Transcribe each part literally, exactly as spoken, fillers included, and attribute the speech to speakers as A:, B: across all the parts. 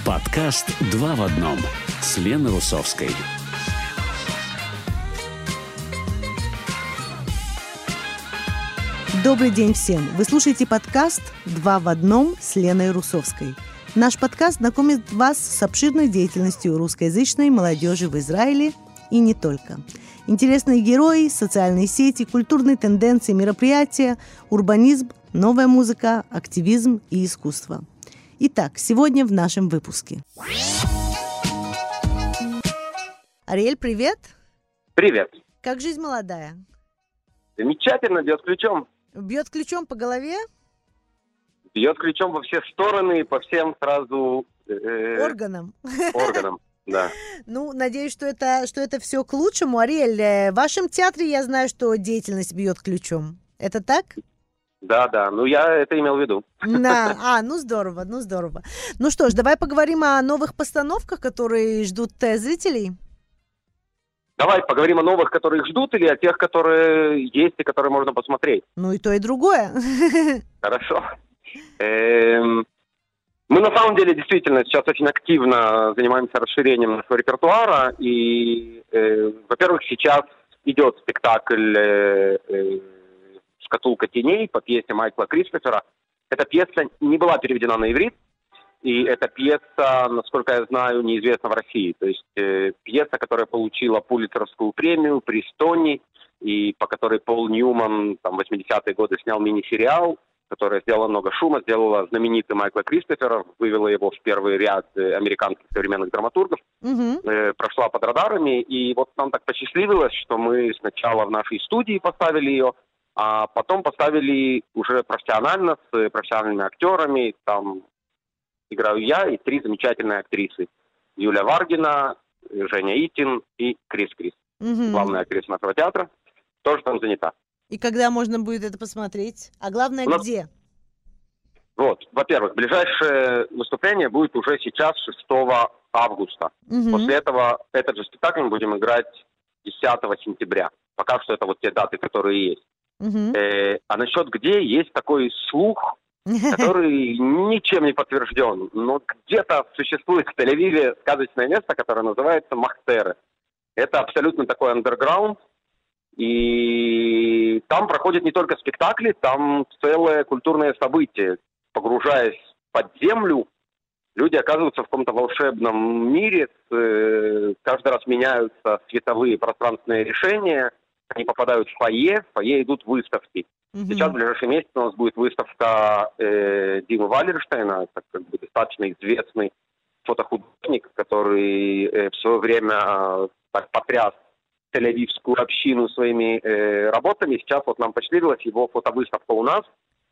A: Подкаст «Два в одном» с Леной Русовской.
B: Добрый день всем! Вы слушаете подкаст «Два в одном» с Леной Русовской. Наш подкаст знакомит вас с обширной деятельностью русскоязычной молодежи в Израиле и не только. Интересные герои, социальные сети, культурные тенденции, мероприятия, урбанизм, новая музыка, активизм и искусство. Итак, сегодня в нашем выпуске. Ариэль, привет!
C: Привет!
B: Как жизнь молодая?
C: Замечательно, бьет ключом.
B: Бьет ключом по голове?
C: Бьет ключом во все стороны, по всем сразу... Э,
B: органам.
C: Органам, да.
B: Ну, надеюсь, что это, что это все к лучшему. Ариэль, в вашем театре я знаю, что деятельность бьет ключом. Это так?
C: Да, да, ну я это имел в виду.
B: Да, а, ну здорово, ну здорово. Ну что ж, давай поговорим о новых постановках, которые ждут зрителей.
C: Давай поговорим о новых, которые их ждут, или о тех, которые есть и которые можно посмотреть.
B: Ну и то, и другое.
C: Хорошо. Эм, мы на самом деле действительно сейчас очень активно занимаемся расширением нашего репертуара. И, э, во-первых, сейчас идет спектакль э, э, «Шкатулка теней» по пьесе Майкла Кристофера. Эта пьеса не была переведена на иврит. И эта пьеса, насколько я знаю, неизвестна в России. То есть э, пьеса, которая получила Пулитцеровскую премию, приз Тони, и по которой Пол Ньюман там, в восьмидесятые годы снял мини-сериал, которая сделала много шума, сделала знаменитый Майкла Кристофера, вывела его в первый ряд э, американских современных драматургов, mm-hmm. э, прошла под радарами. И вот нам так посчастливилось, что мы сначала в нашей студии поставили ее, а потом поставили уже профессионально, с профессиональными актерами, там... Играю я и три замечательные актрисы. Юля Варгина, Женя Итин и Крис Крис. Угу. Главная актриса нашего театра. Тоже там занята.
B: И когда можно будет это посмотреть? А главное, нас... где?
C: Вот, во-первых, ближайшее выступление будет уже сейчас, шестого августа. Угу. После этого этот же спектакль мы будем играть десятого сентября. Пока что это вот те даты, которые есть. Угу. Э, а насчет где, есть такой слух, который ничем не подтвержден. Но где-то существует в Тель-Авиве сказочное место, которое называется Махтеры. Это абсолютно такой андерграунд. И там проходят не только спектакли, там целое культурное событие. Погружаясь под землю, люди оказываются в каком-то волшебном мире. Каждый раз меняются световые пространственные решения. Они попадают в фойе, в фойе идут выставки. Mm-hmm. Сейчас в ближайший месяц у нас будет выставка э, Димы Валерштейна, это как бы достаточно известный фотохудожник, который э, в свое время э, так потряс тель-авивскую общину своими э, работами. Сейчас вот нам посчастливилось, его фотовыставка у нас.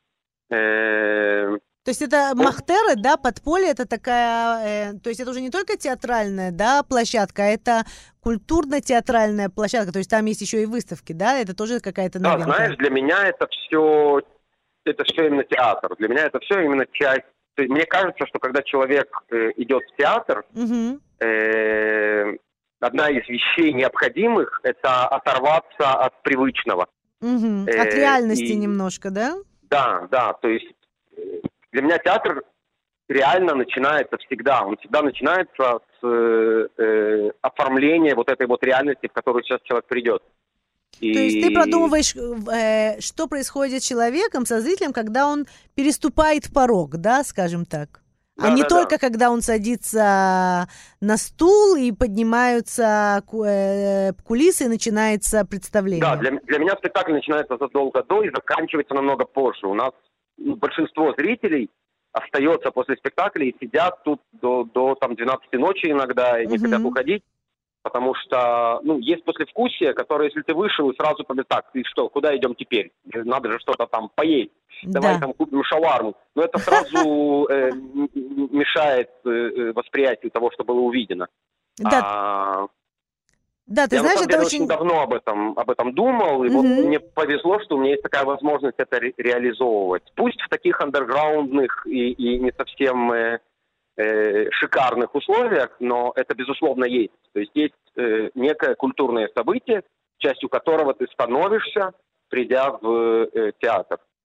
C: Э,
B: То есть это Махтеры, да, подполье, это такая, э, то есть это уже не только театральная, да, площадка, а это культурно-театральная площадка, то есть там есть еще и выставки, да, это тоже какая-то новинка.
C: Да, знаешь, для меня это все, это все именно театр, для меня это все именно часть. Мне кажется, что когда человек э, идет в театр, угу. э, одна из вещей необходимых – это оторваться от привычного.
B: Угу. От э, реальности и... немножко, да?
C: Да, да, то есть для меня театр реально начинается всегда. Он всегда начинается с э, оформления вот этой вот реальности, в которую сейчас человек придет. И...
B: То есть ты продумываешь, э, что происходит с человеком, со зрителем, когда он переступает порог, да, скажем так? Да, а не да, только, да. когда он садится на стул и поднимаются э, кулисы и начинается представление.
C: Да, для, для меня спектакль начинается задолго до и заканчивается намного позже. У нас большинство зрителей остается после спектакля и сидят тут до, до там, двенадцати ночи иногда и не uh-huh. хотят уходить, потому что ну, есть послевкусие, которое, если ты вышел и сразу побежал, так, ты что, куда идем теперь? Надо же что-то там поесть. Давай да. там купим шаварму. Но это сразу э, мешает э, восприятию того, что было увидено.
B: Да.
C: А,
B: Да, ты
C: я
B: знаешь,
C: на самом деле
B: это
C: очень
B: очень
C: давно об этом, об этом думал, и угу. вот мне повезло, что у меня есть такая возможность это ре- реализовывать. Пусть в таких андерграундных и, и не совсем э, э, шикарных условиях, но это безусловно есть. То есть есть э, некое культурное событие, частью которого ты становишься, придя в э, театр.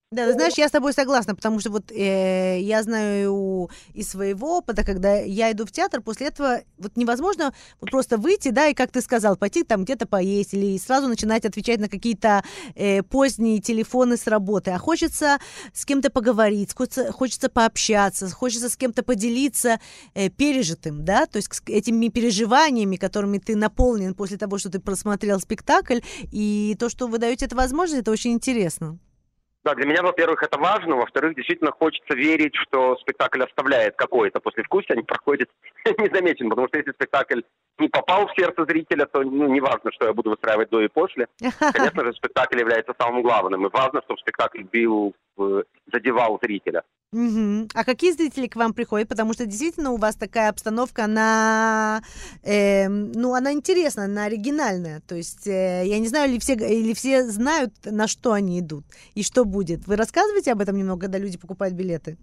B: Да, ты знаешь, я с тобой согласна, потому что вот э, я знаю из своего опыта, когда я иду в театр, после этого вот невозможно вот просто выйти, да, и, как ты сказал, пойти там где-то поесть или сразу начинать отвечать на какие-то э, поздние телефоны с работы, а хочется с кем-то поговорить, хочется, хочется пообщаться, хочется с кем-то поделиться э, пережитым, да, то есть этими переживаниями, которыми ты наполнен после того, что ты просмотрел спектакль, и то, что вы даете эту возможность, это очень интересно.
C: Да, для меня, во-первых, это важно, во-вторых, действительно хочется верить, что спектакль оставляет какое-то послевкусие, а не проходит незамечен, потому что если спектакль не попал в сердце зрителя, то ну, не важно, что я буду выстраивать до и после. Конечно же, спектакль является самым главным, и важно, чтобы спектакль бил, задевал зрителя.
B: Угу. А какие зрители к вам приходят? Потому что действительно у вас такая обстановка, она, э, ну, она интересная, она оригинальная. То есть э, я не знаю, или все, или все знают, на что они идут и что будет. Вы рассказываете об этом немного, когда люди покупают билеты?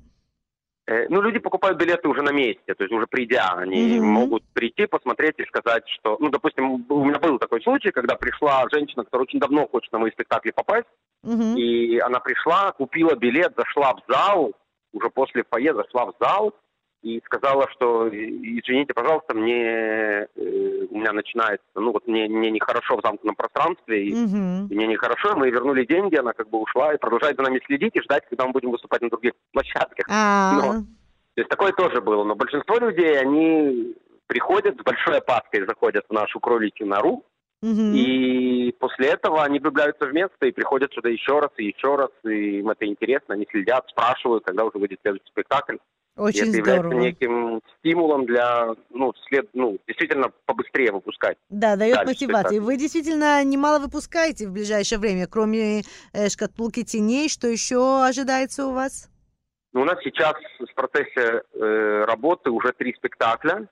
C: Э, ну, люди покупают билеты уже на месте, то есть уже придя. Они угу. могут прийти, посмотреть и сказать, что... Ну, допустим, у меня был такой случай, когда пришла женщина, которая очень давно хочет на мои спектакли попасть, угу. и она пришла, купила билет, зашла в зал, уже после фойе зашла в зал и сказала, что извините, пожалуйста, мне э, у меня начинается, ну вот мне, мне нехорошо в замкнутом пространстве, и, mm-hmm. и мне нехорошо, мы вернули деньги, она как бы ушла и продолжает за нами следить и ждать, когда мы будем выступать на других площадках.
B: Ah.
C: Но, то есть такое тоже было, но большинство людей, они приходят с большой опаской, заходят в нашу кроличью нору, mm-hmm. и после этого они влюбляются в место и приходят сюда еще раз и еще раз, и им это интересно, они следят, спрашивают, когда уже выйдет следующий спектакль.
B: Очень
C: и это
B: здорово.
C: является неким стимулом для, ну, след, ну, действительно побыстрее выпускать.
B: Да, дает мотивацию. Вы действительно немало выпускаете в ближайшее время, кроме э, «Шкатулки теней». Что еще ожидается у вас?
C: Ну, у нас сейчас в процессе э, работы уже три спектакля.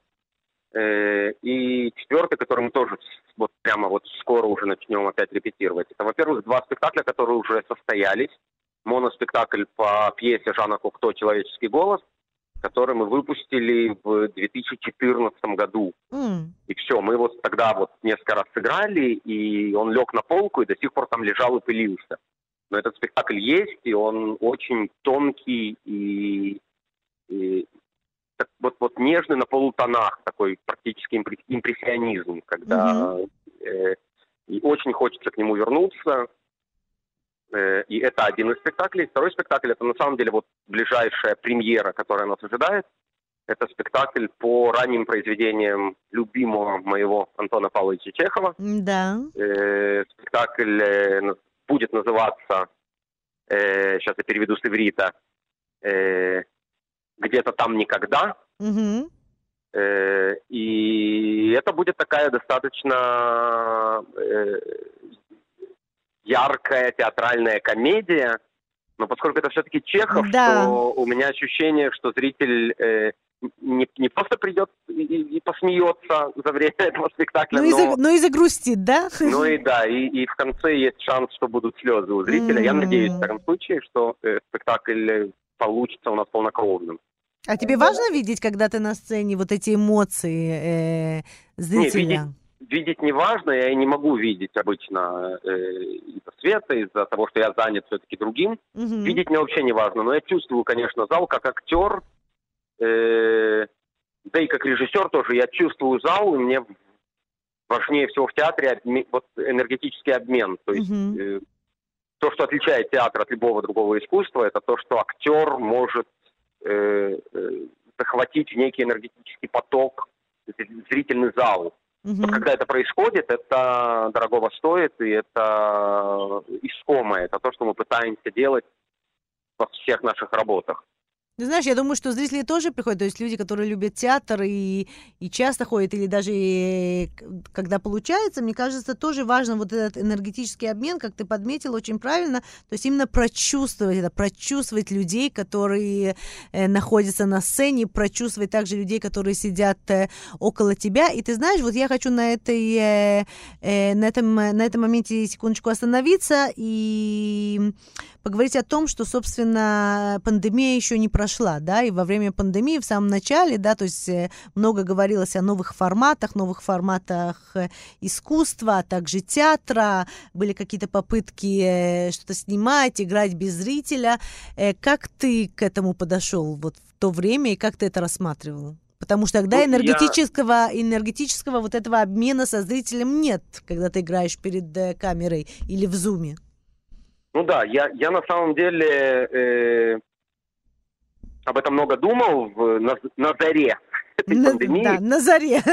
C: Э, и четвертый, который мы тоже вот прямо вот скоро уже начнем опять репетировать. Это, во-первых, два спектакля, которые уже состоялись. Моноспектакль по пьесе Жана Кокто «Человеческий голос», который мы выпустили в две тысячи четырнадцатом году. Mm. И все, мы его тогда вот несколько раз сыграли, и он лег на полку, и до сих пор там лежал и пылился. Но этот спектакль есть, и он очень тонкий и, и так, вот, вот нежный на полутонах, такой практически импрессионизм, когда mm-hmm. э, и очень хочется к нему вернуться. И это один из спектаклей. Второй спектакль – это на самом деле вот ближайшая премьера, которая нас ожидает. Это спектакль по ранним произведениям любимого моего Антона Павловича Чехова.
B: Да.
C: Э, спектакль э, будет называться, э, сейчас я переведу с иврита, э, «Где-то там никогда».
B: Угу.
C: Э, и это будет такая достаточно... Э, яркая театральная комедия, но поскольку это все-таки Чехов,
B: да.
C: то у меня ощущение, что зритель э, не, не просто придет и, и посмеется за время этого спектакля,
B: ну,
C: но...
B: И за, но и загрустит, да?
C: Ну и да, и, и в конце есть шанс, что будут слезы у зрителя. Mm-hmm. Я надеюсь, в таком случае, что э, спектакль получится у нас полнокровным.
B: А тебе важно видеть, когда ты на сцене, вот эти эмоции э, зрителя?
C: Не, видеть... Видеть не важно, я и не могу видеть обычно э, из-за света, из-за того, что я занят все-таки другим. Uh-huh. Видеть мне вообще не важно, но я чувствую, конечно, зал как актер, э, да и как режиссер тоже. Я чувствую зал, и мне важнее всего в театре обме- вот энергетический обмен. То есть uh-huh. э, то, что отличает театр от любого другого искусства, это то, что актер может э, э, захватить некий энергетический поток, зрительный зал. Uh-huh. Вот когда это происходит, это дорогого стоит, и это искомое. Это то, что мы пытаемся делать во всех наших работах.
B: Ты знаешь, я думаю, что зрители тоже приходят, то есть люди, которые любят театр и, и часто ходят, или даже и, когда получается, мне кажется, тоже важно вот этот энергетический обмен, как ты подметил очень правильно, то есть именно прочувствовать это, прочувствовать людей, которые э, находятся на сцене, прочувствовать также людей, которые сидят э, около тебя. И ты знаешь, вот я хочу на этой, э, э, на этом, на этом моменте секундочку остановиться и поговорить о том, что, собственно, пандемия еще не прошла. прошла, да, и во время пандемии в самом начале, да, то есть э, много говорилось о новых форматах, новых форматах э, искусства, а также театра, были какие-то попытки э, что-то снимать, играть без зрителя. Э, как ты к этому подошел вот в то время и как ты это рассматривал? Потому что тогда
C: Ну,
B: энергетического, я... энергетического вот этого обмена со зрителем нет, когда ты играешь перед э, камерой или в зуме.
C: Ну да, я, я на самом деле э, об этом много думал в, на, на заре этой
B: на,
C: пандемии.
B: Да, на заре.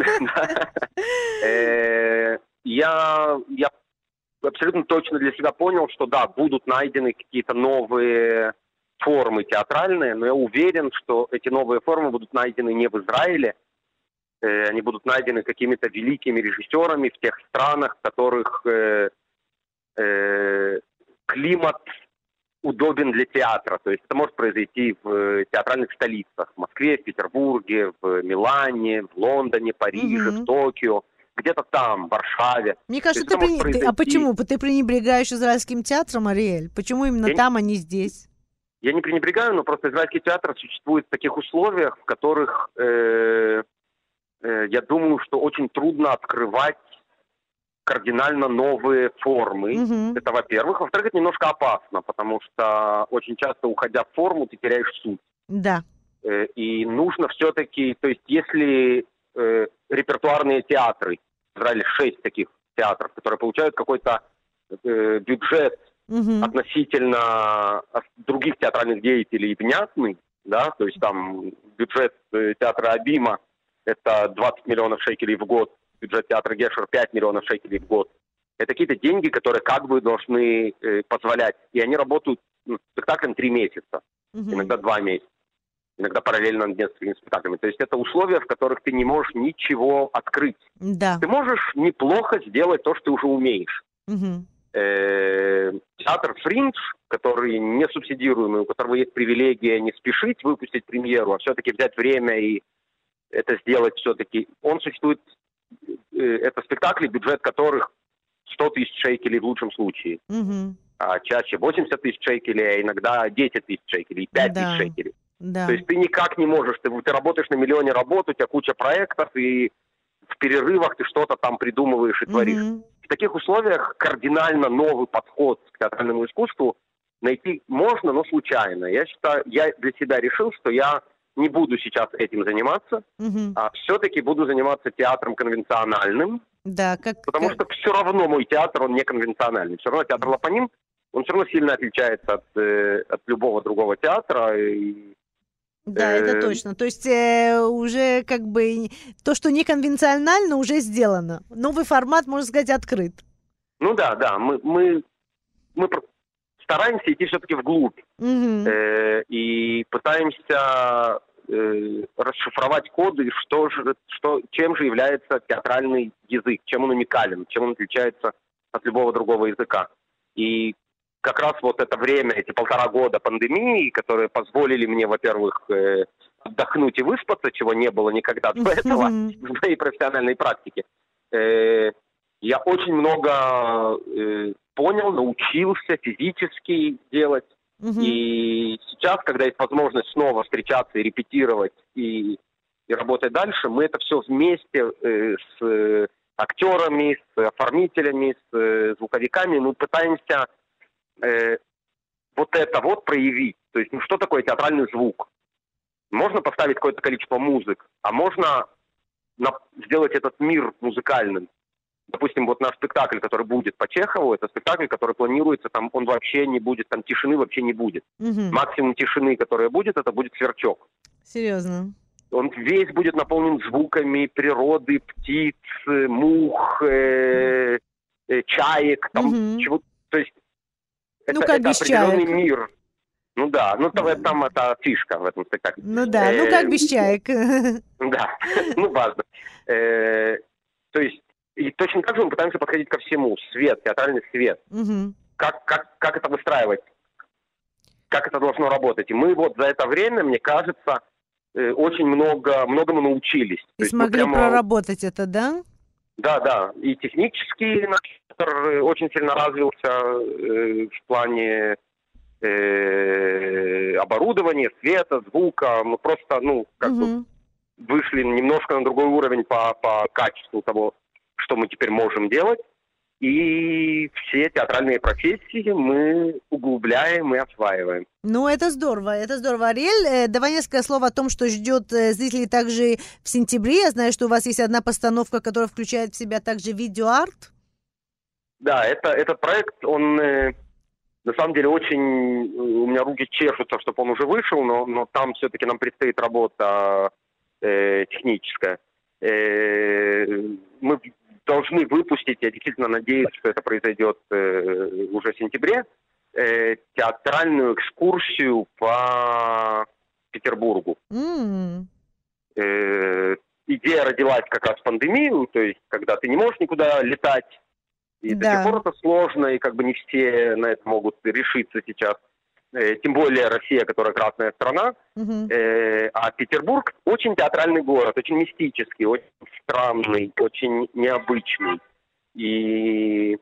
C: Я абсолютно точно для себя понял, что да, будут найдены какие-то новые формы театральные, но я уверен, что эти новые формы будут найдены не в Израиле, э, они будут найдены какими-то великими режиссерами в тех странах, в которых э, э, климат удобен для театра. То есть это может произойти в театральных столицах, в Москве, в Петербурге, в Милане, в Лондоне, Париже,
B: Угу.
C: в Токио, где-то там, в Варшаве.
B: Мне кажется, ты, прени...
C: произойти...
B: ты... А почему? Ты пренебрегаешь израильским театром, Ариэль? Почему именно
C: я
B: там, а не здесь?
C: Я не пренебрегаю, но просто израильский театр существует в таких условиях, в которых, э, э, я думаю, что очень трудно открывать кардинально новые формы.
B: Угу.
C: Это, во-первых. Во-вторых, это немножко опасно, потому что очень часто, уходя в форму, ты теряешь суть.
B: Да.
C: Э, и нужно все-таки, то есть если э, репертуарные театры, в Израиле шесть таких театров, которые получают какой-то э, бюджет,
B: Угу.
C: относительно других театральных деятелей внятный, да, то есть там бюджет театра Абима это двадцать миллионов шекелей в год, бюджет театра Гешер пять миллионов шекелей в год. Это какие-то деньги, которые как бы должны э, позволять, и они работают ну, спектаклем три месяца,
B: Угу.
C: иногда два месяца, иногда параллельно над несколькими спектаклями. То есть это условия, в которых ты не можешь ничего открыть.
B: Да.
C: Ты можешь неплохо сделать то, что ты уже умеешь.
B: Угу.
C: Театр «Фриндж», который не субсидируемый, у которого есть привилегия не спешить выпустить премьеру, а все-таки взять время и это сделать все-таки. Он существует, это спектакли, бюджет которых сто тысяч шекелей в лучшем случае,
B: Угу.
C: а чаще восемьдесят тысяч шекелей, а иногда десять тысяч шекелей, пять
B: Да.
C: тысяч шекелей.
B: Да.
C: То есть ты никак не можешь, ты, ты работаешь на миллионе работ, у тебя куча проектов, и в перерывах ты что-то там придумываешь и творишь.
B: Угу.
C: В таких условиях кардинально новый подход к театральному искусству найти можно, но случайно. Я считаю, я для себя решил, что я не буду сейчас этим заниматься,
B: Угу.
C: а все-таки буду заниматься театром конвенциональным,
B: Да, как...
C: потому
B: как-
C: что все равно мой театр, он не конвенциональный. Все равно театр Лапаним, он все равно сильно отличается от, э, от любого другого театра. И,
B: Да, это
C: э,
B: точно. То есть э, уже как бы то, что неконвенционально, уже сделано. Новый формат, можно сказать, открыт.
C: ну да, да, мы, мы, мы про- стараемся идти все-таки вглубь.
B: Угу.
C: Э, и пытаемся э, расшифровать коды, что же, что, чем же является театральный язык, чем он уникален, чем он отличается от любого другого языка. И как раз вот это время, эти полтора года пандемии, которые позволили мне, во-первых, э, отдохнуть и выспаться, чего не было никогда до этого в моей профессиональной практике, э, я очень много э, понял, научился физически делать.
B: Угу.
C: И сейчас, когда есть возможность снова встречаться и репетировать, и, и работать дальше, мы это все вместе э, с э, актерами, с оформителями, с э, звуковиками, мы пытаемся э, вот это вот проявить. То есть, ну что такое театральный звук? Можно поставить какое-то количество музык, а можно на, сделать этот мир музыкальным. Допустим, вот наш спектакль, который будет по Чехову, это спектакль, который планируется, там он вообще не будет, там тишины вообще не будет.
B: Угу.
C: Максимум тишины, которая будет, это будет сверчок.
B: Серьезно.
C: Он весь будет наполнен звуками природы, птиц, мух, э, э, чаек, там
B: Мгм.
C: чего. То есть это,
B: Ну, как
C: это
B: без
C: определенный
B: чаек?
C: мир. Ну да, ну там, там это фишка в этом спектакле.
B: Ну да, ну как
C: Э,
B: без чаек.
C: Да, ну важно. Э, То есть и точно так же мы пытаемся подходить ко всему. Свет, театральный свет.
B: Мгм.
C: Как, как, как это выстраивать? Как это должно работать? И мы вот за это время, мне кажется, э, очень много, многому научились. То
B: И
C: есть мы
B: смогли
C: прямо-
B: проработать это, да?
C: Да, да. И технически наш театр очень сильно развился э, в плане э, оборудования, света, звука. Мы просто, ну, как
B: Мгм.
C: бы вышли немножко на другой уровень по, по качеству того, что мы теперь можем делать. И все театральные профессии мы углубляем и осваиваем.
B: Ну, это здорово, это здорово. Ариэль, э, давай несколько слов о том, что ждет э, зрителей также в сентябре. Я знаю, что у вас есть одна постановка, которая включает в себя также видеоарт.
C: Да, это, этот проект, он э, на самом деле очень... У меня руки чешутся, чтобы он уже вышел, но, но там все-таки нам предстоит работа э, техническая. Э, мы должны выпустить, я действительно надеюсь, что это произойдет э, уже в сентябре, э, театральную экскурсию по Петербургу.
B: М.
C: Э, идея родилась как раз в пандемию, то есть когда ты не можешь никуда летать, и до
B: Да.
C: сих пор это сложно, и как бы не все на это могут решиться сейчас. Э, тем более Россия, которая красная страна.
B: Мгм.
C: Э, а Петербург очень театральный город, очень мистический, очень странный, очень необычный. И,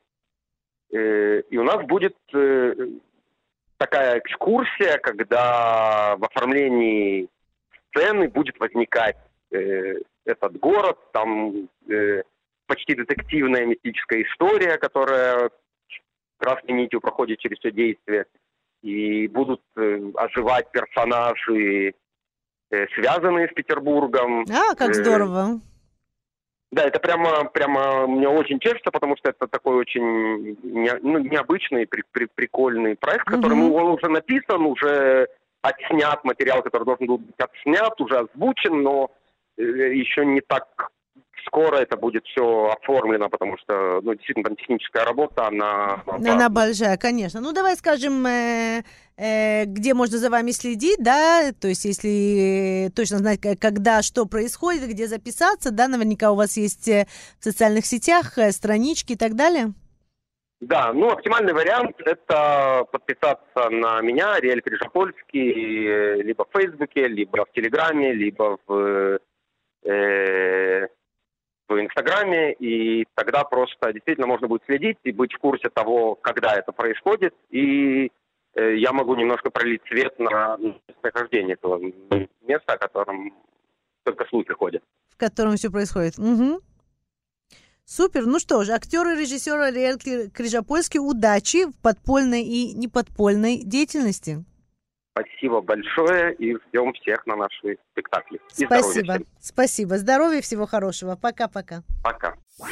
C: э, и у нас будет э, такая экскурсия, когда в оформлении сцены будет возникать э, этот город, там э, почти детективная мистическая история, которая красной нитью проходит через все действие. И будут э, оживать персонажи, э, связанные с Петербургом.
B: А, как
C: Э,
B: здорово.
C: Да, это прямо, прямо мне очень чешется, потому что это такой очень не, ну, необычный, при, при- прикольный проект, который
B: Мгм.
C: ну, он уже написан, уже отснят материал, который должен был быть отснят, уже озвучен, но э, еще не так скоро это будет все оформлено, потому что, ну, действительно, там техническая работа, она...
B: Она большая, конечно. Ну, давай скажем, э, э, где можно за вами следить, да, то есть если точно знать, к- когда что происходит, где записаться, да, наверняка у вас есть э, в социальных сетях э, странички и так далее.
C: Да, ну, оптимальный вариант – это подписаться на меня, Ариэль Крижопольский, э, либо в Фейсбуке, либо в Телеграме, либо в, э, в Инстаграме, и тогда просто действительно можно будет следить и быть в курсе того, когда это происходит, и э, я могу немножко пролить свет на местонахождение этого места, о котором только слухи ходят.
B: В котором все происходит. Мгм. Супер. Ну что ж, актер и режиссер Ариэль Кри- Крижопольский, удачи в подпольной и неподпольной деятельности.
C: Спасибо большое, и ждем всех на наши спектакли. И здоровья
B: Спасибо.
C: всем.
B: Спасибо. Здоровья, всего хорошего. Пока-пока.
C: Пока.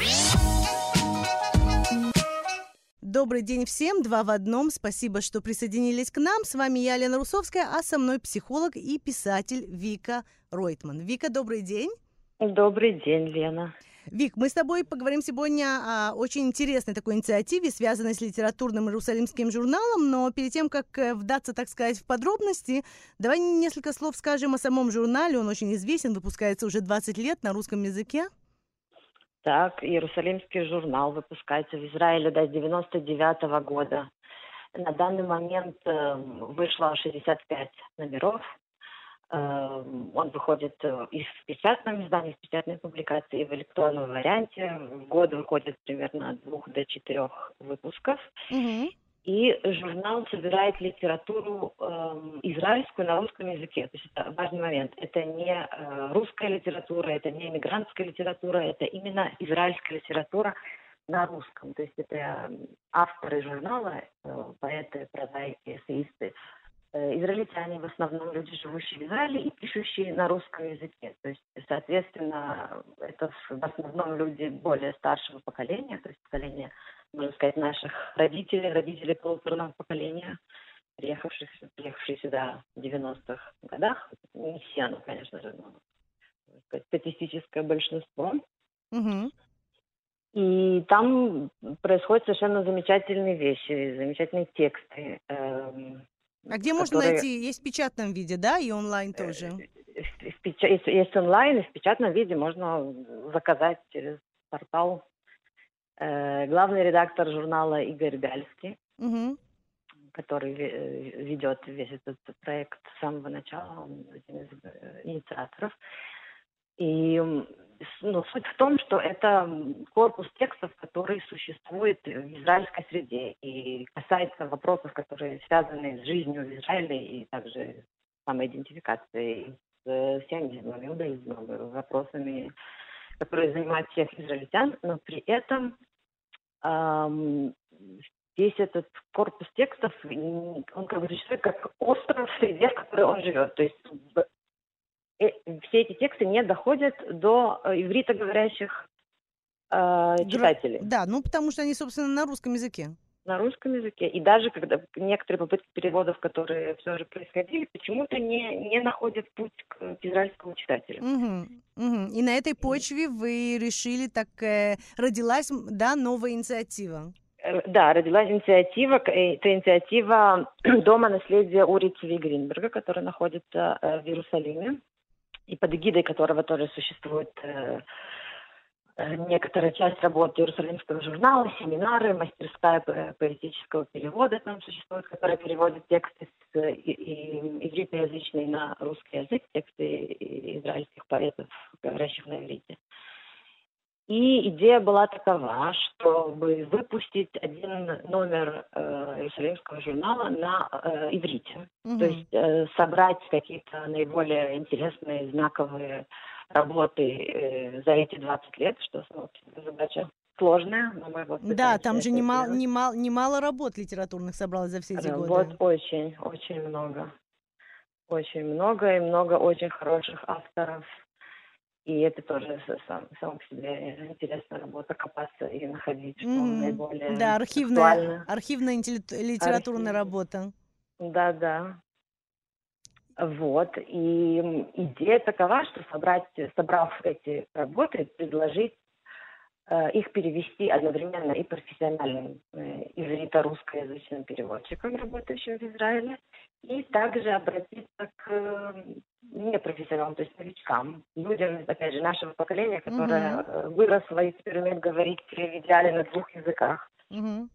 B: Добрый день всем, два в одном. Спасибо, что присоединились к нам. С вами я, Лена Русовская, а со мной психолог и писатель Вика Ройтман. Вика, добрый день.
D: Добрый день, Лена.
B: Вик, мы с тобой поговорим сегодня о очень интересной такой инициативе, связанной с литературным иерусалимским журналом, но перед тем, как э, вдаться, так сказать, в подробности, давай несколько слов скажем о самом журнале. Он очень известен, выпускается уже двадцать лет на русском языке.
D: Так, Иерусалимский журнал выпускается в Израиле до девяносто девятого года. На данный момент э, вышло шестьдесят пять номеров. Э, он выходит э, и в печатном издании, в печатной публикации, и в электронном варианте. В год выходит примерно от двух до четырех выпусков.
B: Угу.
D: И журнал собирает литературу э, израильскую на русском языке. То есть это важный момент. Это не э, русская литература, это не эмигрантская литература, это именно израильская литература на русском. То есть это авторы журнала, э, поэты, прозаики, эссеисты, э, израильтяне, в основном люди, живущие в Израиле и пишущие на русском языке. То есть, соответственно, это в основном люди более старшего поколения, то есть поколение, можно сказать, наших родителей, родителей полуторного поколения, приехавших, приехавшие сюда в девяностых годах. Не все, ну, конечно же, но, можно сказать, статистическое большинство.
B: Угу.
D: И там происходят совершенно замечательные вещи, замечательные тексты. Эм,
B: А где можно
D: которые,
B: найти? Есть в печатном виде, да, и онлайн тоже?
D: в- в печа- Есть, есть онлайн, и в печатном виде можно заказать через портал. Э, Главный редактор журнала Игорь Гальский,
B: Угу.
D: который ве- ведет весь этот проект с самого начала, он один из э, инициаторов. И м, ну, суть в том, что это корпус текстов, который существует в израильской среде и касается вопросов, которые связаны с жизнью в Израиле и также самоидентификацией с сионизмом, иудаизмом, вопросами, которые занимают всех израильтян, но при этом эм, весь этот корпус текстов, он как бы существует как остров в среде, в которой он живет. То есть все эти тексты не доходят до ивритоговорящих э, читателей.
B: Да, ну потому что они, собственно, на русском языке.
D: На русском языке. И даже когда некоторые попытки переводов, которые все же происходили, почему-то не, не находят путь к, к израильскому читателю.
B: Угу, угу. И на этой почве вы решили, так э, родилась, да, новая инициатива.
D: Да, родилась инициатива, это инициатива Дома наследия Ури Цви Гринберга, который находится в Иерусалиме, и под эгидой которого тоже существует э, некоторая часть работы Иерусалимского журнала, семинары, мастерская поэтического перевода там существует, которая переводит тексты с ивритоязычный на русский язык, тексты израильских поэтов, говорящих на иврите. И идея была такова, чтобы выпустить один номер э, Иерусалимского журнала на э, иврите. Mm-hmm. То есть э, собрать какие-то наиболее интересные, знаковые работы э, за эти двадцать лет, что задача сложная, но мы вот...
B: Да, там же немало, немало, немало работ литературных собралось за все эти
D: работ
B: годы.
D: Вот очень, очень много. Очень много, и много очень хороших авторов. И это тоже сам, сам по себе интересная работа, копаться и находить, что mm-hmm. наиболее
B: Да, архивная, актуально. Архивная литературная Архив. работа.
D: Да, да. Вот. И идея такова, что собрать, собрав эти работы, предложить э, их перевести одновременно и профессиональным э, иврито-русскоязычным переводчикам, работающим в Израиле, и также обратиться к э, непрофессионалам, то есть новичкам, людям, опять же, нашего поколения, которое mm-hmm. выросло и теперь умеет говорить в идеале на двух языках.
B: Mm-hmm.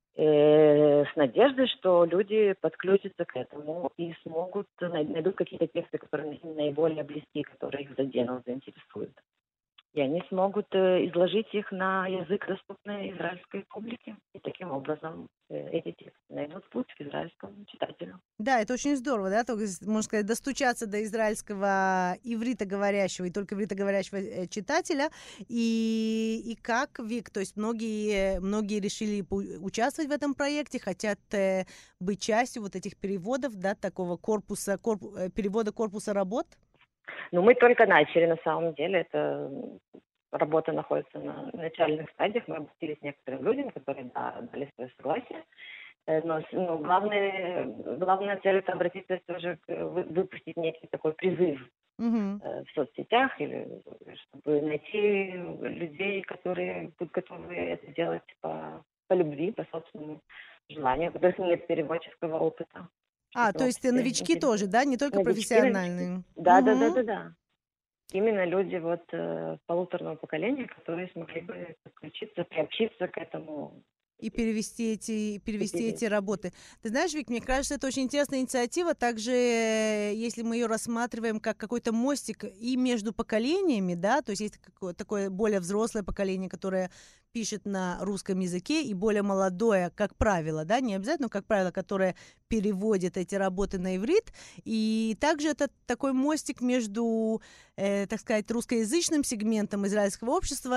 D: Э, с надеждой, что люди подключатся к этому и смогут, найдут какие-то тексты, которые им наиболее близки, которые их заденут, заинтересуют. И они смогут э, изложить их на язык, доступный израильской публике. И таким образом э, эти тексты найдут путь к израильскому читателю.
B: Да, это очень здорово, да, только, можно сказать, достучаться до израильского ивритоговорящего и только ивритоговорящего читателя. И, и как, Вик, то есть многие, многие решили участвовать в этом проекте, хотят э, быть частью вот этих переводов, да, такого корпуса, корпу, перевода корпуса работ?
D: Ну, мы только начали, на самом деле, это работа находится на начальных стадиях, мы обратились к некоторым людям, которые да, дали свое согласие, но ну, главное, главная цель это обратиться тоже к, выпустить некий такой призыв
B: mm-hmm.
D: в соцсетях, или чтобы найти людей, которые будут готовы это делать по, по любви, по собственному желанию, у которых нет переводческого опыта.
B: А, то есть новички тоже, да, не только новички, профессиональные?
D: Новички. Да, угу. да, да, да, да. Именно люди вот э, полуторного поколения, которые смогли бы подключиться, приобщиться к этому.
B: И перевести эти, перевести эти работы. Ты знаешь, Вик, мне кажется, это очень интересная инициатива. Также, если мы ее рассматриваем как какой-то мостик и между поколениями, да, то есть есть такое более взрослое поколение, которое пишет на русском языке, и более молодое, как правило, да, не обязательно, но, как правило, которое переводит эти работы на иврит. И также это такой мостик между, э, так сказать, русскоязычным сегментом израильского общества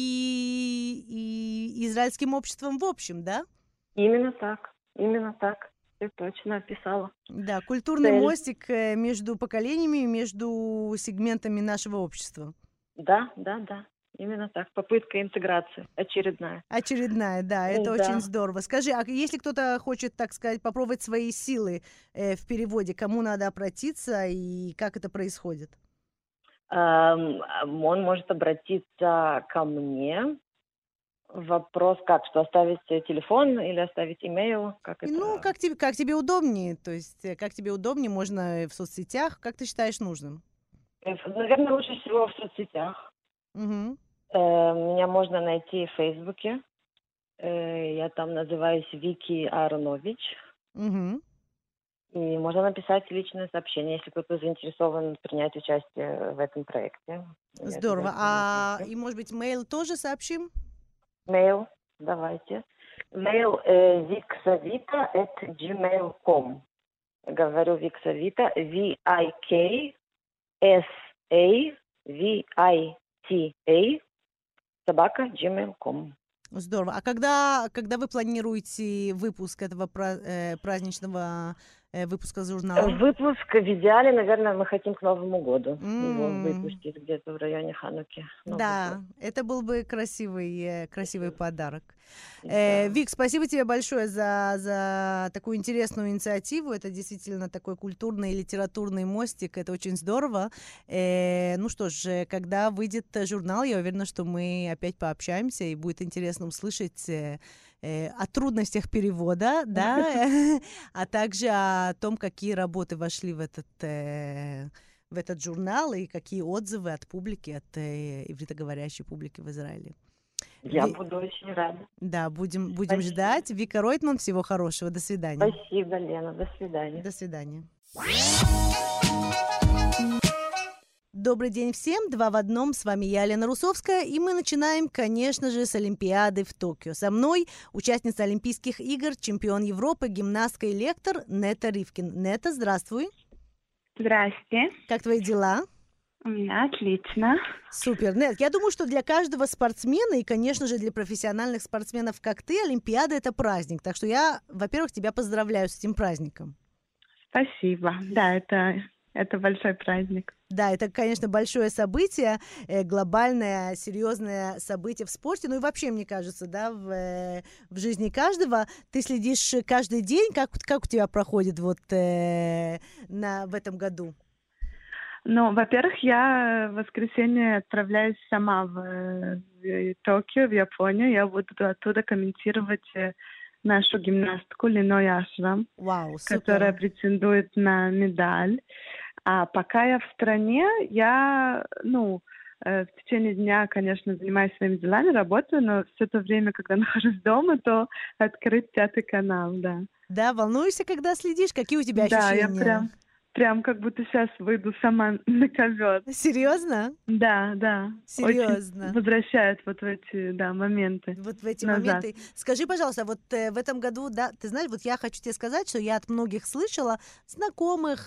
B: и, и израильским обществом в общем, да?
D: Именно так, именно так. Ты точно описала.
B: Да, культурный
D: Цель.
B: мостик между поколениями, между сегментами нашего общества.
D: Да, да, да. Именно так. Попытка интеграции. Очередная.
B: Очередная, да. Это да. очень здорово. Скажи, а если кто-то хочет, так сказать, попробовать свои силы э, в переводе, кому надо обратиться и как это происходит?
D: Um, он может обратиться ко мне. Вопрос как? Что оставить телефон или оставить имейл? Как это?
B: Ну, как тебе, как тебе удобнее. То есть, как тебе удобнее, можно в соцсетях. Как ты считаешь нужным?
D: Наверное, лучше всего в соцсетях.
B: Угу.
D: Меня можно найти в Фейсбуке. Я там называюсь Вики Аронович.
B: Угу.
D: И можно написать личное сообщение, если кто-то заинтересован принять участие в этом проекте. Я
B: Здорово.
D: обязательно
B: А
D: отвечу.
B: и, может быть, мейл тоже сообщим?
D: Мейл, давайте. Мейл э, виксавита at gmail точка com. Говорю Виксавита, V I K S A V I T A, собака gmail точка com.
B: Здорово. А когда, когда вы планируете выпуск этого пра- э, праздничного э, выпуска журнала?
D: Выпуск в идеале, наверное, мы хотим к Новому году его
B: М.
D: выпустить где-то в районе Хануки. Новый
B: Да,
D: год.
B: это был бы красивый, э, красивый
D: Мгм.
B: подарок. Э,
D: Да.
B: Вик, спасибо тебе большое за, за такую интересную инициативу. Это действительно такой культурный и литературный мостик. Это очень здорово. Э, ну что ж, э, когда выйдет э, журнал, я уверена, что мы опять пообщаемся, и будет интересно услышать э, э, о трудностях перевода, да, а также о том, какие работы вошли в этот э, в этот журнал и какие отзывы от публики, от э, ивритоговорящей публики в Израиле.
D: Я
B: Ви-
D: буду очень рада.
B: Да, будем, будем
D: Спасибо.
B: ждать. Вика Ройтман, всего хорошего. До свидания.
D: Спасибо, Лена. До свидания.
B: До свидания. Добрый день всем, два в одном, с вами я, Лена Русовская, и мы начинаем, конечно же, с Олимпиады в Токио. Со мной участница Олимпийских игр, чемпион Европы, гимнастка и лектор Нета Ривкин. Нета, здравствуй.
E: Здрасте.
B: Как твои дела?
E: У меня отлично.
B: Супер. Нет, я думаю, что для каждого спортсмена и, конечно же, для профессиональных спортсменов, как ты, Олимпиада – это праздник. Так что я, во-первых, тебя поздравляю с этим праздником.
E: Спасибо. Да, это, это большой праздник.
B: Да, это, конечно, большое событие, э, глобальное, серьезное событие в спорте. Ну и вообще, мне кажется, да, в, э, в жизни каждого. Ты следишь каждый день, как, как у тебя проходит вот э, на, в этом году?
E: Ну, во-первых, я в воскресенье отправляюсь сама в, в Токио, в Японию. Я буду оттуда комментировать э, нашу гимнастку Линой Ашрам,
B: Вау, супер.
E: которая претендует на медаль. А пока я в стране, я, ну, э, в течение дня, конечно, занимаюсь своими делами, работаю, но все то время, когда нахожусь дома, то открыть пятый канал, да.
B: Да, волнуешься, когда следишь? Какие у тебя
E: Да,
B: ощущения?
E: я прям, прям как будто сейчас выйду сама на ковер.
B: Серьезно?
E: Да, да.
B: Серьезно?
E: Очень возвращает вот в эти, да, моменты.
B: Вот в эти
E: назад.
B: моменты. Скажи, пожалуйста, вот э, в этом году, да, ты знаешь, вот я хочу тебе сказать, что я от многих слышала, знакомых,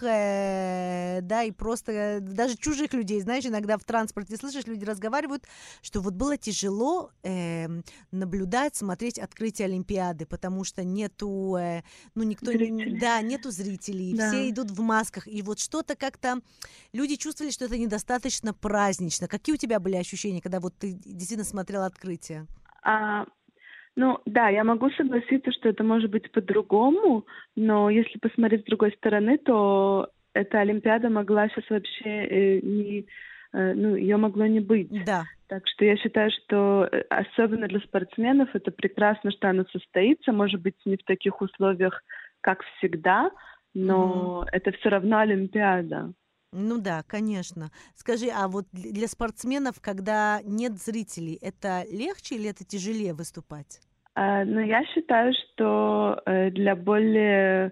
B: э, да, и просто э, даже чужих людей, знаешь, иногда в транспорте слышишь, люди разговаривают, что вот было тяжело э, наблюдать, смотреть открытие Олимпиады, потому что нету, э, ну, никто, не,
E: Зрителей.
B: да, нету зрителей,
E: Да.
B: все идут в масках, и вот что-то как-то, люди чувствовали, что это недостаточно празднично. Какие у тебя были ощущения, когда вот ты действительно смотрела открытие?
E: А, ну, да, я могу согласиться, что это может быть по-другому, но если посмотреть с другой стороны, то эта Олимпиада могла сейчас вообще э, не, э, ну, ее могло не быть.
B: Да.
E: Так что я считаю, что э, особенно для спортсменов это прекрасно, что она состоится, может быть, не в таких условиях, как всегда, но
B: Мгм.
E: это все равно Олимпиада.
B: Ну да, конечно. Скажи, а вот для для спортсменов, когда нет зрителей, это легче или это тяжелее выступать?
E: А, но я считаю, что э, для более,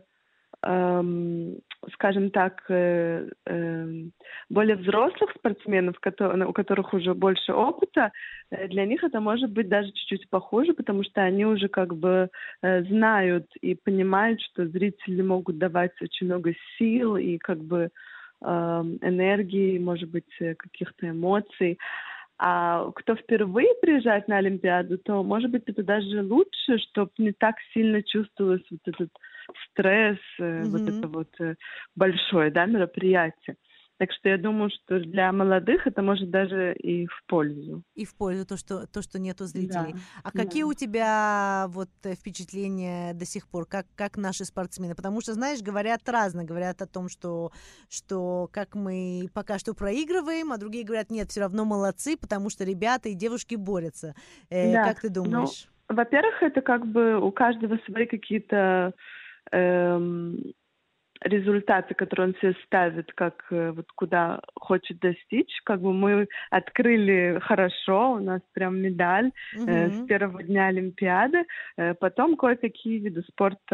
E: эм, скажем так, э, эм, более взрослых спортсменов, кото- у которых уже больше опыта, э, для них это может быть даже чуть-чуть похуже, потому что они уже как бы э, знают и понимают, что зрители могут давать очень много сил и как бы эм, энергии, может быть, э, каких-то эмоций. А кто впервые приезжает на Олимпиаду, то, может быть, это даже лучше, чтобы не так сильно чувствовалось вот этот стресс, э, вот
B: Мгм.
E: это вот э, большое, да, мероприятие. Так что я думаю, что для молодых это может даже и в пользу.
B: И в пользу то, что, то, что нету зрителей.
E: Да,
B: А какие
E: да.
B: у тебя вот э, впечатления до сих пор, как, как наши спортсмены? Потому что, знаешь, говорят разно, говорят о том, что, что как мы пока что проигрываем, а другие говорят, нет, все равно молодцы, потому что ребята и девушки борются. Э,
E: Да,
B: как ты
E: ну,
B: думаешь?
E: во-первых, это как бы у каждого свои какие-то эм, результаты, которые он себе ставит, как э, вот куда хочет достичь. Как бы мы открыли хорошо, у нас прям медаль э, с
B: Мгм.
E: первого дня Олимпиады. Э, потом кое-какие виды спорта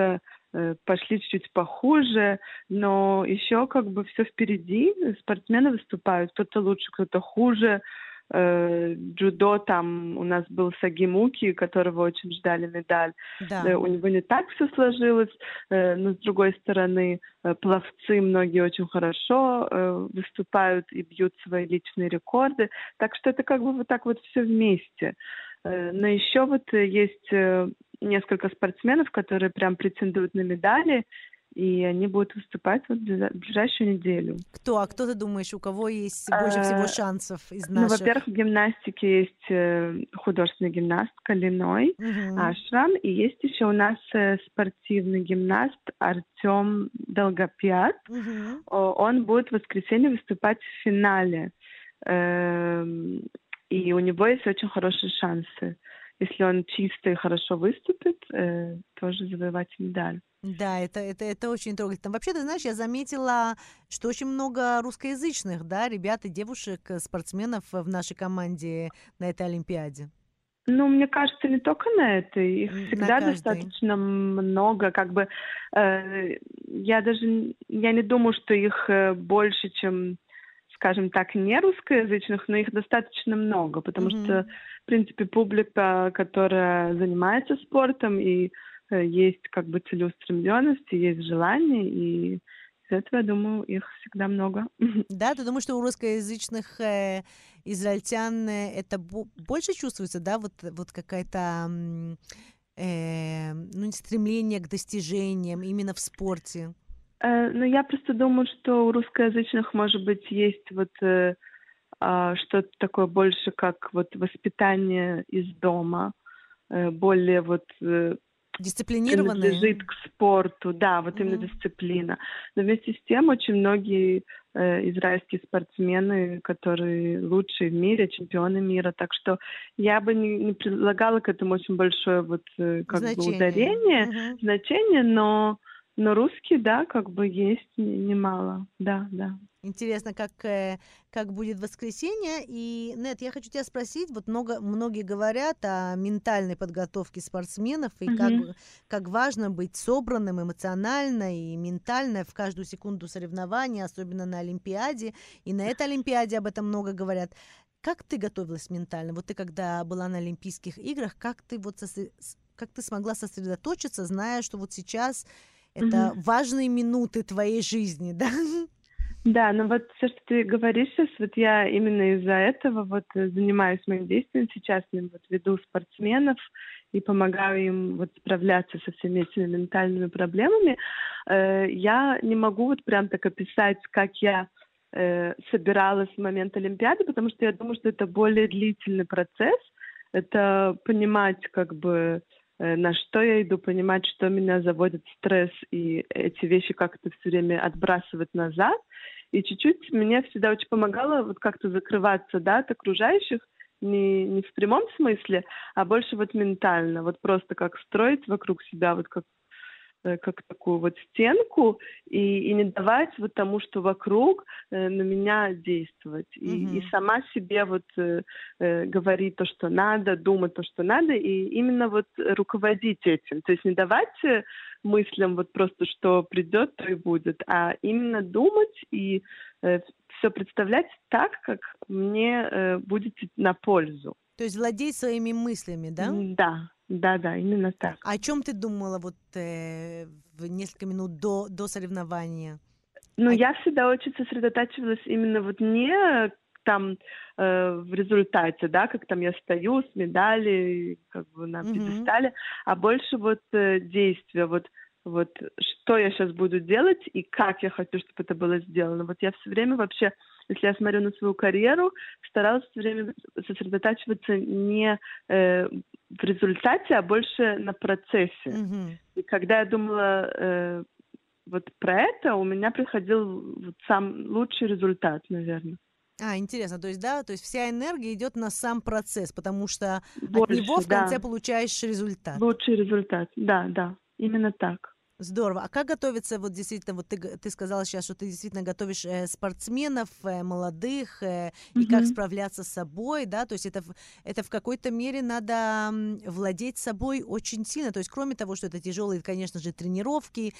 E: пошли чуть-чуть похуже, но еще как бы все впереди, спортсмены выступают, кто-то лучше, кто-то хуже. Дзюдо, там у нас был Саги Муки, которого очень ждали медаль.
B: Да.
E: У него не так все сложилось, но с другой стороны, пловцы многие очень хорошо выступают и бьют свои личные рекорды. Так что это как бы вот так вот все вместе. Но еще вот есть несколько спортсменов, которые прям претендуют на медали, и они будут выступать вот в ближайшую неделю.
B: Кто? А кто ты думаешь, у кого есть больше всего шансов из наших?
E: Ну, во-первых, в гимнастике есть художественная гимнастка Линой
B: угу.
E: Ашрам, и есть еще у нас спортивный гимнаст Артем Долгопят.
B: Угу.
E: Он будет в воскресенье выступать в финале, и у него есть очень хорошие шансы. Если он чисто и хорошо выступит, тоже завоевать медаль.
B: Да, это, это, это очень трогательно. Вообще, ты знаешь, я заметила, что очень много русскоязычных, да, ребят и девушек, спортсменов в нашей команде на этой Олимпиаде.
E: Ну, мне кажется, не только на этой. Их всегда достаточно много. Как бы, э, я даже я не думаю, что их больше, чем, скажем так, не русскоязычных, но их достаточно много, потому mm-hmm. что, в принципе, публика, которая занимается спортом, и есть как бы целеустремленность, есть желание, и из этого, я думаю, их всегда много.
B: Да, ты думаешь, что у русскоязычных э, израильтян это бо- больше чувствуется, да, вот, вот какая-то э, ну, стремление к достижениям именно в спорте?
E: Э, ну, я просто думаю, что у русскоязычных, может быть, есть вот э, э, что-то такое больше, как вот воспитание из дома, э, более вот... Э,
B: дисциплинированные.
E: Принадлежит к спорту, да, вот mm-hmm. именно дисциплина. Но вместе с тем очень многие э, израильские спортсмены, которые лучшие в мире, чемпионы мира, так что я бы не, не предлагала к этому очень большое вот э, как
B: значение.
E: бы ударение,
B: mm-hmm.
E: значение, но, но русские, да, как бы есть немало, да, да.
B: Интересно, как, как будет воскресенье. И, Нет, я хочу тебя спросить, вот много, многие говорят о ментальной подготовке спортсменов, и mm-hmm. как, как важно быть собранным эмоционально и ментально в каждую секунду соревнования, особенно на Олимпиаде. И на этой Олимпиаде об этом много говорят. Как ты готовилась ментально? Вот ты, когда была на Олимпийских играх, как ты, вот сосред... как ты смогла сосредоточиться, зная, что вот сейчас это mm-hmm. важные минуты твоей жизни, да?
E: Да, ну вот все, что ты говоришь сейчас, вот я именно из-за этого вот занимаюсь моим действием сейчас, вот веду спортсменов и помогаю им вот справляться со всеми этими ментальными проблемами. Э, я не могу вот прям так описать, как я э, собиралась в момент Олимпиады, потому что я думаю, что это более длительный процесс. Это понимать как бы э, на что я иду, понимать, что меня заводит в стресс, и эти вещи как-то все время отбрасывать назад. И чуть-чуть мне всегда очень помогало вот как-то закрываться, да, от окружающих, не, не в прямом смысле, а больше вот ментально, вот просто как строить вокруг себя вот как, как такую вот стенку и, и не давать вот тому, что вокруг, э, на меня действовать. И, mm-hmm. и сама себе вот э, э, говорить то, что надо, думать то, что надо, и именно вот руководить этим. То есть не давать мыслям вот просто, что придет, то и будет, а именно думать и э, все представлять так, как мне э, будет на пользу.
B: То есть владеть своими мыслями, да?
E: Да, да, да, именно так.
B: А о чем ты думала вот э, в несколько минут до, до соревнования?
E: Ну,
B: а...
E: я всегда очень сосредотачивалась именно вот не там э, в результате, да, как там я стою с медалью, как бы на
B: mm-hmm.
E: пьедестале, а больше вот э, действия, вот, вот что я сейчас буду делать и как я хочу, чтобы это было сделано. Вот я все время вообще, если я смотрю на свою карьеру, старалась все время сосредотачиваться не э, в результате, а больше на процессе.
B: Mm-hmm.
E: И когда я думала э, вот про это, у меня приходил вот сам лучший результат, наверное.
B: А, интересно, то есть, да, то есть вся энергия идет на сам процесс, потому что
E: Больше,
B: от него в конце
E: да.
B: получаешь результат.
E: Лучший результат, да, да, именно так.
B: Здорово. А как готовится, вот действительно, вот ты, г- ты сказала сейчас, что ты действительно готовишь э, спортсменов э, молодых, э, и как
E: Мгм.
B: справляться с собой, да, то есть это, в- это в какой-то мере надо м, владеть собой очень сильно, то есть кроме того, что это тяжелые, конечно же, тренировки,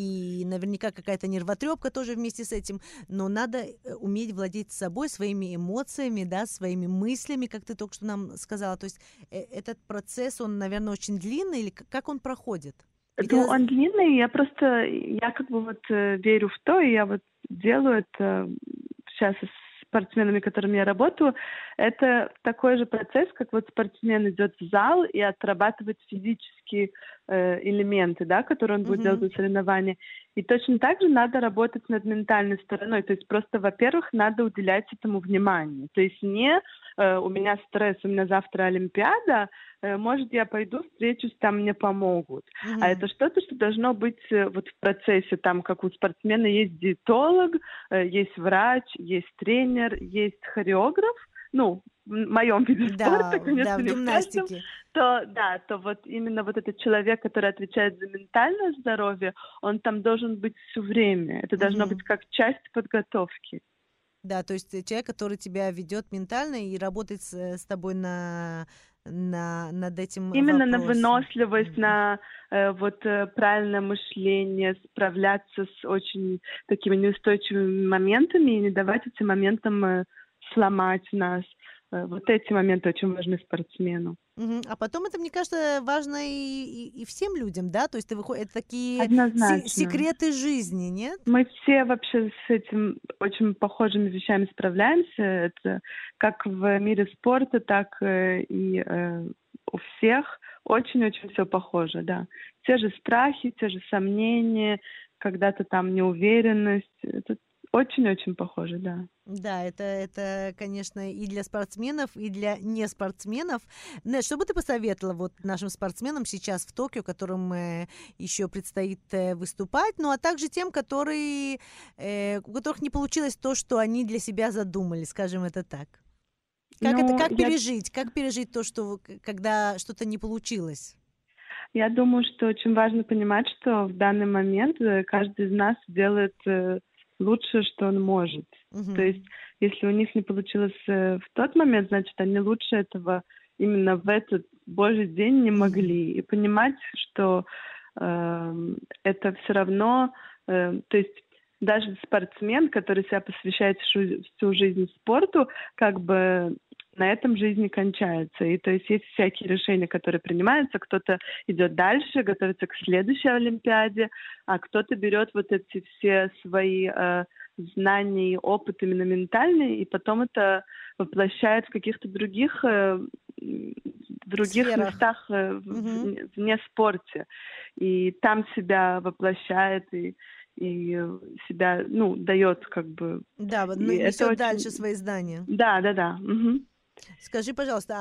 B: и наверняка какая-то нервотрепка тоже вместе с этим, но надо э, уметь владеть собой, своими эмоциями, да, своими мыслями, как ты только что нам сказала, то есть э, этот процесс, он, наверное, очень длинный, или к- как он проходит? Ведь
E: Ну,
B: это...
E: он длинный, я просто, я как бы вот э, верю в то, и я вот делаю это сейчас с спортсменами, которыми я работаю. Это такой же процесс, как вот спортсмен идет в зал и отрабатывает физические э, элементы, да, которые он будет делать
B: Мгм.
E: на соревновании. И точно так же надо работать над ментальной стороной. То есть просто, во-первых, надо уделять этому внимание. То есть не э, у меня стресс, у меня завтра Олимпиада, э, может, я пойду встречусь, там мне помогут. А
B: Мгм.
E: это что-то, что должно быть э, вот в процессе, там, как у спортсмена есть диетолог, э, есть врач, есть тренер, есть хореограф, ну, в моем виде
B: Да,
E: спорта,
B: да,
E: конечно,
B: в
E: не в каждом,
B: гимнастике.
E: то, да, то вот именно вот этот человек, который отвечает за ментальное здоровье, он там должен быть все время. Это должно быть
B: Мгм.
E: как часть подготовки.
B: Да, то есть э, человек, который тебя ведет ментально и работает с, э, с тобой на, на, над этим
E: Именно на
B: вопросом.
E: выносливость,
B: Мгм.
E: на э, вот э, правильное мышление, справляться с очень такими неустойчивыми моментами и не давать этим моментам э, сломать нас. Э, вот эти моменты очень важны спортсмену.
B: Мгм. А потом это, мне кажется, важно и, и, и всем людям, да? То есть ты выходишь, это такие се-
E: Однозначно.
B: секреты жизни, нет?
E: Мы все вообще с этим очень похожими вещами справляемся. Это как в мире спорта, так э, и э, у всех очень-очень все похоже, да. Те же страхи, те же сомнения, когда-то там неуверенность. Это очень-очень похоже, да.
B: Да, это, это, конечно, и для спортсменов, и для неспортсменов. Нэт, что бы ты посоветовала вот нашим спортсменам сейчас в Токио, которым э, еще предстоит э, выступать, ну а также тем, которые, э, у которых не получилось то, что они для себя задумали, скажем это так. Как это,
E: Ну,
B: как
E: я
B: пережить, как пережить то, что к- когда что-то не получилось?
E: Я думаю, что очень важно понимать, что в данный момент э, каждый из нас делает э, лучшее, что он может. То
B: Мгм.
E: есть, если у них не получилось э, в тот момент, значит, они лучше этого именно в этот Божий день не
B: Мгм.
E: могли. И понимать, что э, это все равно, э, то есть даже спортсмен, который себя посвящает всю, всю жизнь спорту, как бы на этом жизнь не кончается. И то есть есть всякие решения, которые принимаются. Кто-то идет дальше, готовится к следующей Олимпиаде, а кто-то берет вот эти все свои э, знания и опыт именно ментальный, и потом это воплощает в каких-то других, э, других
B: Сферах.
E: местах э, в-
B: Мгм.
E: вне, вне спорте. И там себя воплощает и, и себя, ну, дает как бы.
B: Да, вот
E: И
B: н-
E: это
B: несет дальше
E: очень...
B: свои знания.
E: Да, да, да. Мгм.
B: Скажи, пожалуйста,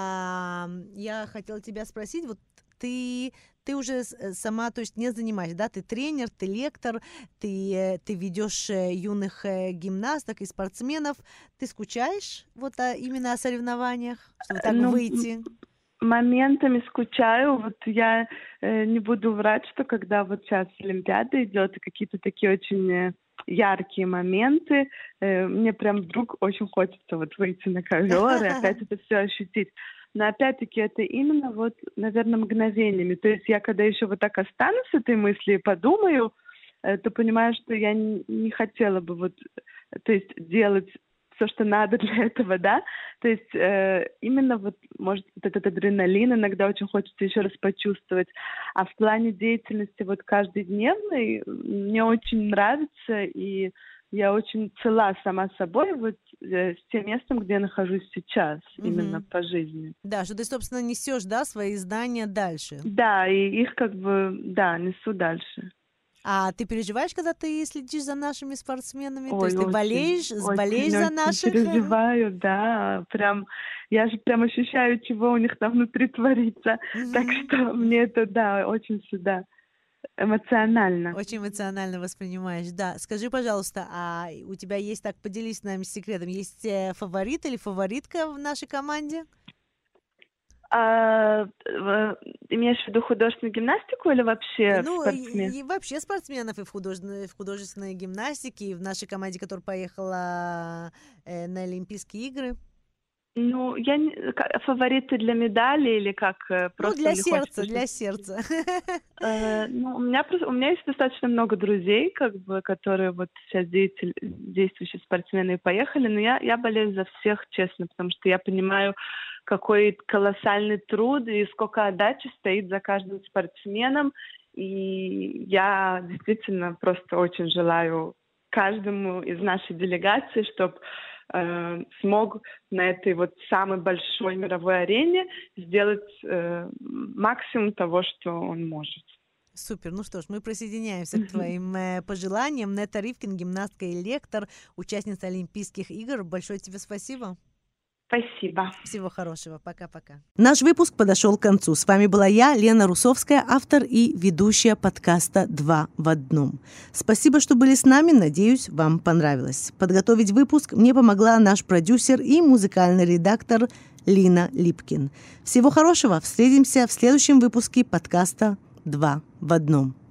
B: а я хотела тебя спросить, вот ты, ты уже с- э, сама, то есть не занимаешься, да, ты тренер, ты лектор, ты, э, ты ведешь э, юных э, гимнасток и спортсменов, ты скучаешь вот а, именно о соревнованиях, чтобы так
E: Ну,
B: выйти?
E: моментами скучаю. Вот я э, не буду врать, что когда вот сейчас Олимпиада идет, и какие-то такие очень э, яркие моменты, э, мне прям вдруг очень хочется вот выйти на ковер и опять это все ощутить. Но опять-таки это именно вот, наверное, мгновениями. То есть я когда еще вот так останусь с этой мыслью и подумаю, э, то понимаю, что я не, не хотела бы вот, э, то есть делать все, что надо для этого, да. То есть э, именно вот, может, вот этот адреналин иногда очень хочется еще раз почувствовать. А в плане деятельности вот каждодневной мне очень нравится, и я очень цела сама собой вот э, с тем местом, где я нахожусь сейчас, именно
B: Мгм.
E: по жизни.
B: Да, что ты, собственно, несешь, да, свои знания дальше.
E: Да, и их как бы, да, несу дальше.
B: А ты переживаешь, когда ты следишь за нашими спортсменами? То
E: Ой,
B: есть ты
E: очень,
B: болеешь, болеешь за
E: очень-очень
B: наших?
E: переживаю, да, прям, я же прям ощущаю, чего у них там внутри творится, так
B: Мгм.
E: что мне это, да, очень сюда эмоционально.
B: Очень эмоционально воспринимаешь, да. Скажи, пожалуйста, а у тебя есть, так, поделись с нами секретом, есть э, фаворит или фаворитка в нашей команде?
E: А, э, имеешь в виду художественную гимнастику или вообще
B: Ну,
E: спортсмен?
B: и, и вообще спортсменов и в, художественной, в художественной гимнастике, и в нашей команде, которая поехала э, на Олимпийские игры.
E: Ну, я не... ка- фавориты для медали или как э,
B: Ну,
E: просто
B: для
E: или
B: сердца,
E: хочется,
B: для
E: что-
B: сердца.
E: Э, ну, у меня просто, у меня есть достаточно много друзей, как бы, которые вот сейчас деятель, действующие спортсмены и поехали, но я, я болею за всех, честно, потому что я понимаю, какой колоссальный труд и сколько отдачи стоит за каждым спортсменом, и я действительно просто очень желаю каждому из нашей делегации, чтобы э, смог на этой вот самой большой мировой арене сделать э, максимум того, что он может.
B: Супер. Ну что ж, мы присоединяемся к твоим э, пожеланиям. Нета Ривкин, гимнастка и лектор, участница Олимпийских игр. Большое тебе спасибо.
E: Спасибо.
B: Всего хорошего. Пока-пока. Наш выпуск подошел к концу. С вами была я, Лена Русовская, автор и ведущая подкаста «Два в одном». Спасибо, что были с нами. Надеюсь, вам понравилось. Подготовить выпуск мне помогла наш продюсер и музыкальный редактор Лина Липкин. Всего хорошего. Встретимся в следующем выпуске подкаста «Два в одном».